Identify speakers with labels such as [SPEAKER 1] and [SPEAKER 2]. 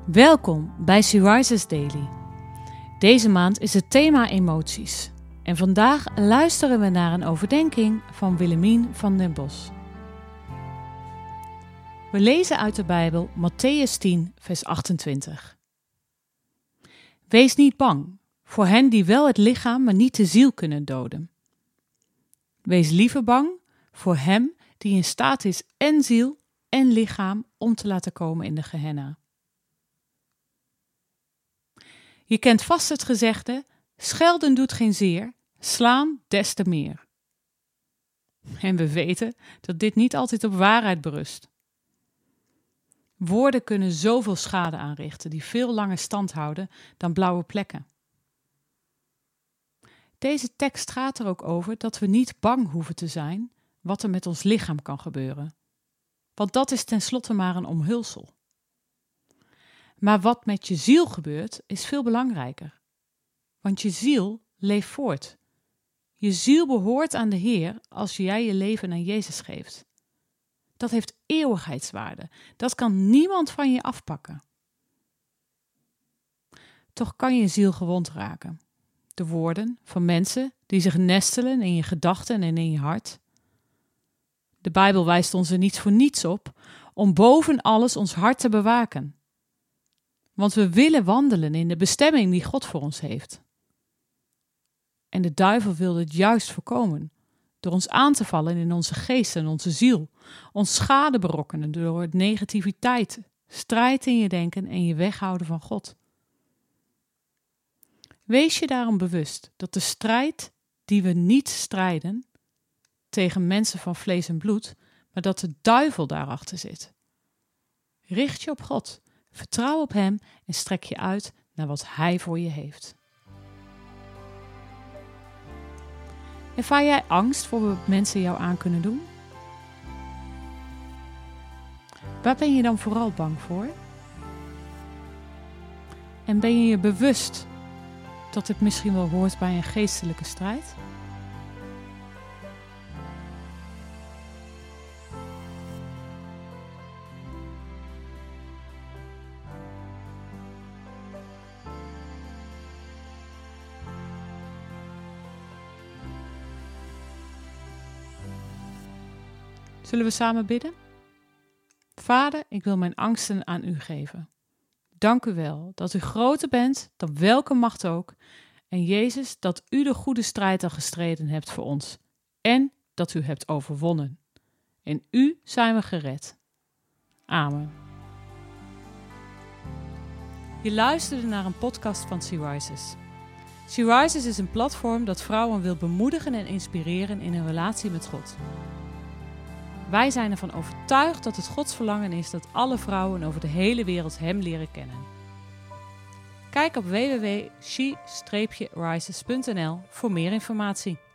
[SPEAKER 1] Welkom bij She Rises Daily. Deze maand is het thema emoties. En vandaag luisteren we naar een overdenking van Willemien van den Bos. We lezen uit de Bijbel Mattheüs 10, vers 28. Wees niet bang voor hen die wel het lichaam, maar niet de ziel kunnen doden. Wees liever bang voor hem die in staat is en ziel en lichaam om te laten komen in de Gehenna. Je kent vast het gezegde, schelden doet geen zeer, slaan des te meer. En we weten dat dit niet altijd op waarheid berust. Woorden kunnen zoveel schade aanrichten die veel langer stand houden dan blauwe plekken. Deze tekst gaat er ook over dat we niet bang hoeven te zijn wat er met ons lichaam kan gebeuren. Want dat is tenslotte maar een omhulsel. Maar wat met je ziel gebeurt, is veel belangrijker. Want je ziel leeft voort. Je ziel behoort aan de Heer als jij je leven aan Jezus geeft. Dat heeft eeuwigheidswaarde. Dat kan niemand van je afpakken. Toch kan je ziel gewond raken. De woorden van mensen die zich nestelen in je gedachten en in je hart. De Bijbel wijst ons er niet voor niets op om boven alles ons hart te bewaken. Want we willen wandelen in de bestemming die God voor ons heeft. En de duivel wil het juist voorkomen, door ons aan te vallen in onze geest en onze ziel, ons schade berokkenen door negativiteit, strijd in je denken en je weghouden van God. Wees je daarom bewust dat de strijd die we niet strijden tegen mensen van vlees en bloed, maar dat de duivel daarachter zit. Richt je op God. Vertrouw op hem en strek je uit naar wat hij voor je heeft. Ervaar jij angst voor wat mensen jou aan kunnen doen? Waar ben je dan vooral bang voor? En ben je je bewust dat het misschien wel hoort bij een geestelijke strijd? Zullen we samen bidden? Vader, ik wil mijn angsten aan u geven. Dank u wel dat u groter bent dan welke macht ook. En Jezus, dat u de goede strijd al gestreden hebt voor ons. En dat u hebt overwonnen. In u zijn we gered. Amen. Je luisterde naar een podcast van She Rises. She Rises is een platform dat vrouwen wil bemoedigen en inspireren in hun relatie met God. Wij zijn ervan overtuigd dat het Gods verlangen is dat alle vrouwen over de hele wereld hem leren kennen. Kijk op www.she-rises.nl voor meer informatie.